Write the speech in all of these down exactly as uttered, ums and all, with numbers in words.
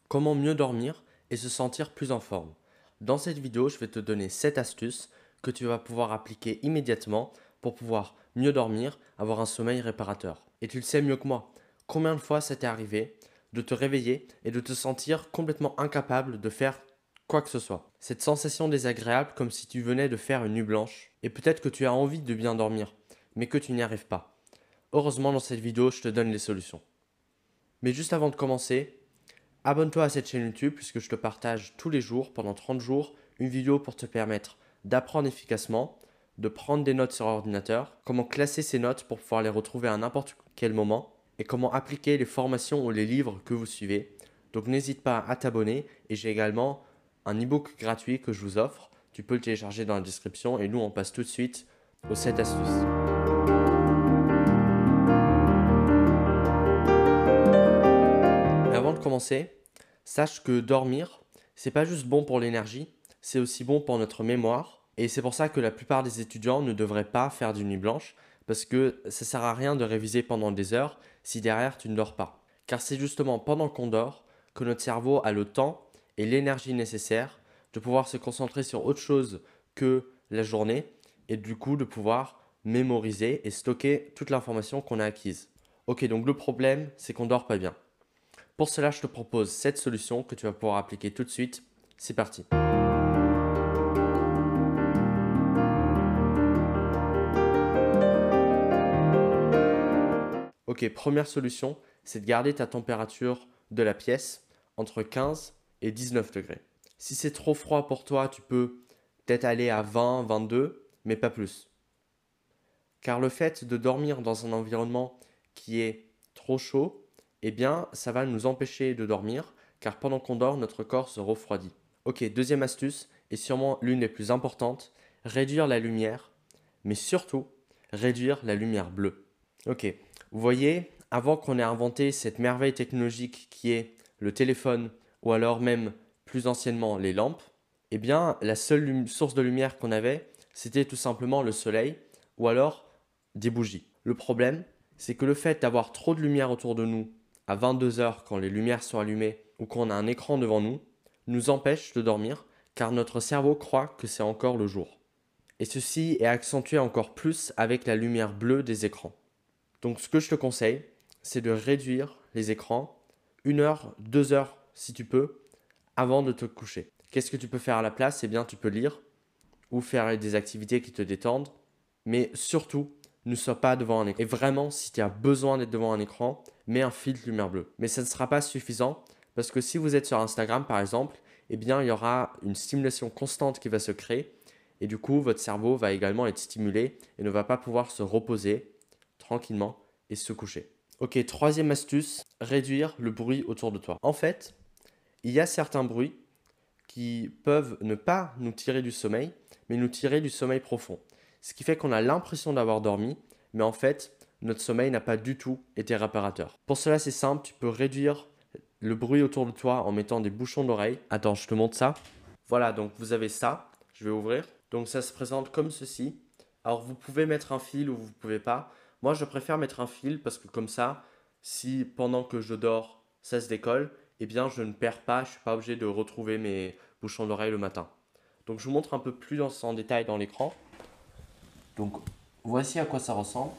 Comment mieux dormir et se sentir plus en forme. Dans cette vidéo, je vais te donner sept astuces que tu vas pouvoir appliquer immédiatement pour pouvoir mieux dormir, avoir un sommeil réparateur. Et tu le sais mieux que moi, combien de fois ça t'est arrivé de te réveiller et de te sentir complètement incapable de faire quoi que ce soit. Cette sensation désagréable comme si tu venais de faire une nuit blanche et peut-être que tu as envie de bien dormir, mais que tu n'y arrives pas. Heureusement, dans cette vidéo, je te donne les solutions. Mais juste avant de commencer, abonne-toi à cette chaîne YouTube puisque je te partage tous les jours, pendant trente jours, une vidéo pour te permettre d'apprendre efficacement, de prendre des notes sur ordinateur, comment classer ces notes pour pouvoir les retrouver à n'importe quel moment et comment appliquer les formations ou les livres que vous suivez. Donc n'hésite pas à t'abonner et j'ai également un e-book gratuit que je vous offre. Tu peux le télécharger dans la description et nous on passe tout de suite aux sept astuces. Mais avant de commencer, sache que dormir, c'est pas juste bon pour l'énergie, c'est aussi bon pour notre mémoire. Et c'est pour ça que la plupart des étudiants ne devraient pas faire du nuit blanche, parce que ça sert à rien de réviser pendant des heures si derrière tu ne dors pas. Car c'est justement pendant qu'on dort que notre cerveau a le temps et l'énergie nécessaire de pouvoir se concentrer sur autre chose que la journée et du coup de pouvoir mémoriser et stocker toute l'information qu'on a acquise. Ok, donc le problème, c'est qu'on dort pas bien. Pour cela, je te propose cette solution que tu vas pouvoir appliquer tout de suite. C'est parti. Ok, première solution, c'est de garder ta température de la pièce entre quinze et dix-neuf degrés. Si c'est trop froid pour toi, tu peux peut-être aller à vingt, vingt-deux, mais pas plus. Car le fait de dormir dans un environnement qui est trop chaud, eh bien, ça va nous empêcher de dormir, car pendant qu'on dort, notre corps se refroidit. Ok, deuxième astuce, et sûrement l'une des plus importantes, réduire la lumière, mais surtout, réduire la lumière bleue. Ok, vous voyez, avant qu'on ait inventé cette merveille technologique qui est le téléphone, ou alors même plus anciennement les lampes, eh bien, la seule source de lumière qu'on avait, c'était tout simplement le soleil, ou alors des bougies. Le problème, c'est que le fait d'avoir trop de lumière autour de nous à vingt-deux heures quand les lumières sont allumées ou qu'on a un écran devant nous, nous empêche de dormir car notre cerveau croit que c'est encore le jour. Et ceci est accentué encore plus avec la lumière bleue des écrans. Donc ce que je te conseille, c'est de réduire les écrans une heure, deux heures si tu peux, avant de te coucher. Qu'est-ce que tu peux faire à la place? Eh bien, tu peux lire ou faire des activités qui te détendent, mais surtout, ne sois pas devant un écran. Et vraiment, si tu as besoin d'être devant un écran, mets un filtre lumière bleue. Mais ça ne sera pas suffisant parce que si vous êtes sur Instagram par exemple, eh bien, il y aura une stimulation constante qui va se créer et du coup, votre cerveau va également être stimulé et ne va pas pouvoir se reposer tranquillement et se coucher. Ok, troisième astuce, réduire le bruit autour de toi. En fait, il y a certains bruits qui peuvent ne pas nous tirer du sommeil, mais nous tirer du sommeil profond. Ce qui fait qu'on a l'impression d'avoir dormi, mais en fait, notre sommeil n'a pas du tout été réparateur. Pour cela, c'est simple, tu peux réduire le bruit autour de toi en mettant des bouchons d'oreille. Attends, je te montre ça. Voilà, donc vous avez ça. Je vais ouvrir. Donc ça se présente comme ceci. Alors vous pouvez mettre un fil ou vous ne pouvez pas. Moi, je préfère mettre un fil parce que comme ça, si pendant que je dors, ça se décolle, eh bien je ne perds pas, je ne suis pas obligé de retrouver mes bouchons d'oreille le matin. Donc je vous montre un peu plus en détail dans l'écran. Donc voici à quoi ça ressemble.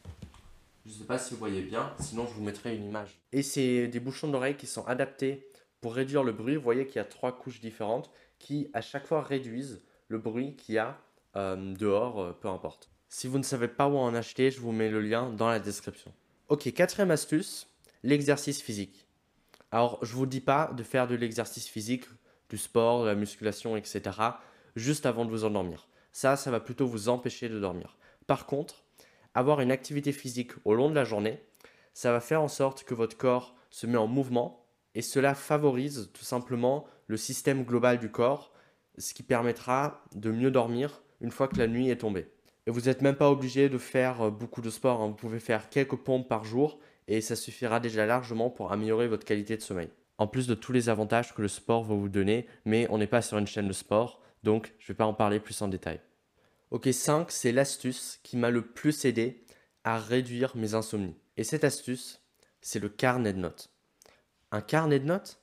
Je ne sais pas si vous voyez bien, sinon je vous mettrai une image. Et c'est des bouchons d'oreille qui sont adaptés pour réduire le bruit. Vous voyez qu'il y a trois couches différentes qui à chaque fois réduisent le bruit qu'il y a euh, dehors, euh, peu importe. Si vous ne savez pas où en acheter, je vous mets le lien dans la description. Ok, quatrième astuce, l'exercice physique. Alors, je ne vous dis pas de faire de l'exercice physique, du sport, de la musculation, et cetera, juste avant de vous endormir. Ça, ça va plutôt vous empêcher de dormir. Par contre, avoir une activité physique au long de la journée, ça va faire en sorte que votre corps se met en mouvement et cela favorise tout simplement le système global du corps, ce qui permettra de mieux dormir une fois que la nuit est tombée. Et vous n'êtes même pas obligé de faire beaucoup de sport, hein. Vous pouvez faire quelques pompes par jour et ça suffira déjà largement pour améliorer votre qualité de sommeil. En plus de tous les avantages que le sport va vous donner, mais on n'est pas sur une chaîne de sport, donc je ne vais pas en parler plus en détail. Ok, cinq, c'est l'astuce qui m'a le plus aidé à réduire mes insomnies. Et cette astuce, c'est le carnet de notes. Un carnet de notes?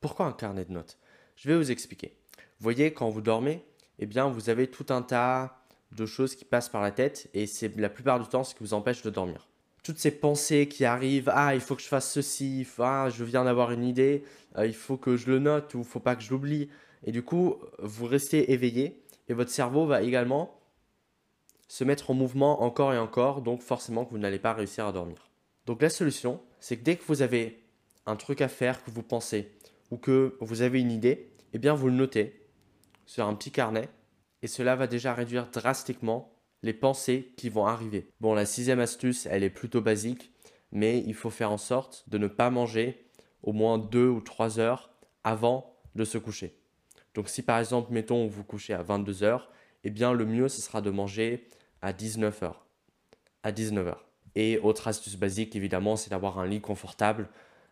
Pourquoi un carnet de notes? Je vais vous expliquer. Vous voyez, quand vous dormez, eh bien, vous avez tout un tas de choses qui passent par la tête et c'est la plupart du temps ce qui vous empêche de dormir. Toutes ces pensées qui arrivent, ah, il faut que je fasse ceci, il faut- ah, je viens d'avoir une idée, euh, il faut que je le note ou il ne faut pas que je l'oublie. Et du coup, vous restez éveillé et votre cerveau va également se mettre en mouvement encore et encore, donc forcément que vous n'allez pas réussir à dormir. Donc la solution, c'est que dès que vous avez un truc à faire que vous pensez ou que vous avez une idée, eh bien vous le notez sur un petit carnet et cela va déjà réduire drastiquement les pensées qui vont arriver. Bon, la sixième astuce, elle est plutôt basique, mais il faut faire en sorte de ne pas manger au moins deux ou trois heures avant de se coucher. Donc si par exemple, mettons, vous vous couchez à vingt-deux heures, eh bien le mieux, ce sera de manger à dix-neuf heures. À dix-neuf heures. Et autre astuce basique, évidemment, c'est d'avoir un lit confortable.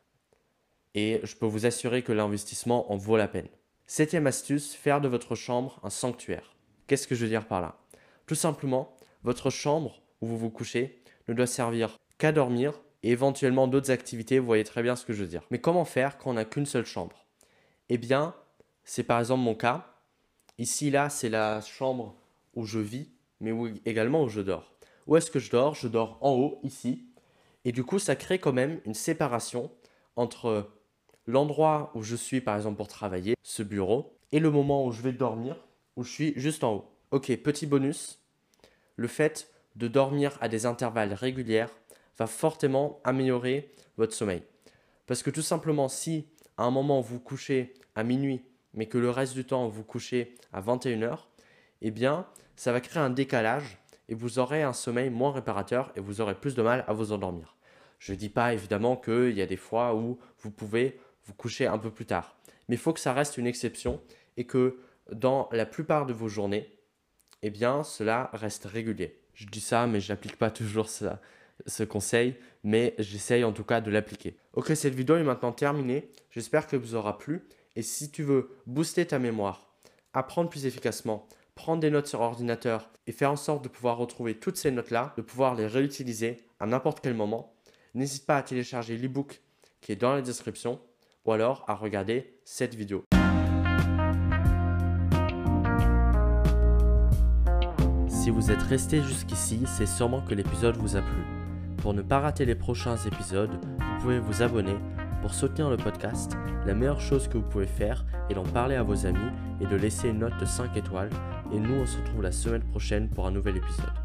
Et je peux vous assurer que l'investissement en vaut la peine. Septième astuce, faire de votre chambre un sanctuaire. Qu'est-ce que je veux dire par là? Tout simplement, votre chambre où vous vous couchez ne doit servir qu'à dormir et éventuellement d'autres activités, vous voyez très bien ce que je veux dire. Mais comment faire quand on n'a qu'une seule chambre? Eh bien, c'est par exemple mon cas. Ici, là, c'est la chambre où je vis, mais où, également où je dors. Où est-ce que je dors? Je dors en haut, ici. Et du coup, ça crée quand même une séparation entre l'endroit où je suis, par exemple, pour travailler, ce bureau, et le moment où je vais dormir, où je suis juste en haut. Ok, petit bonus, le fait de dormir à des intervalles réguliers va fortement améliorer votre sommeil. Parce que tout simplement, si à un moment vous vous couchez à minuit, mais que le reste du temps vous vous couchez à vingt et une heures, eh bien, ça va créer un décalage et vous aurez un sommeil moins réparateur et vous aurez plus de mal à vous endormir. Je ne dis pas évidemment qu'il y a des fois où vous pouvez vous coucher un peu plus tard, mais il faut que ça reste une exception et que dans la plupart de vos journées, eh bien, cela reste régulier. Je dis ça, mais je n'applique pas toujours ça, ce conseil, mais j'essaye en tout cas de l'appliquer. Ok, cette vidéo est maintenant terminée. J'espère qu'elle vous aura plu. Et si tu veux booster ta mémoire, apprendre plus efficacement, prendre des notes sur ordinateur et faire en sorte de pouvoir retrouver toutes ces notes-là, de pouvoir les réutiliser à n'importe quel moment, n'hésite pas à télécharger l'e-book qui est dans la description ou alors à regarder cette vidéo. Si vous êtes resté jusqu'ici, c'est sûrement que l'épisode vous a plu. Pour ne pas rater les prochains épisodes, vous pouvez vous abonner. Pour soutenir le podcast, la meilleure chose que vous pouvez faire est d'en parler à vos amis et de laisser une note de cinq étoiles. Et nous, on se retrouve la semaine prochaine pour un nouvel épisode.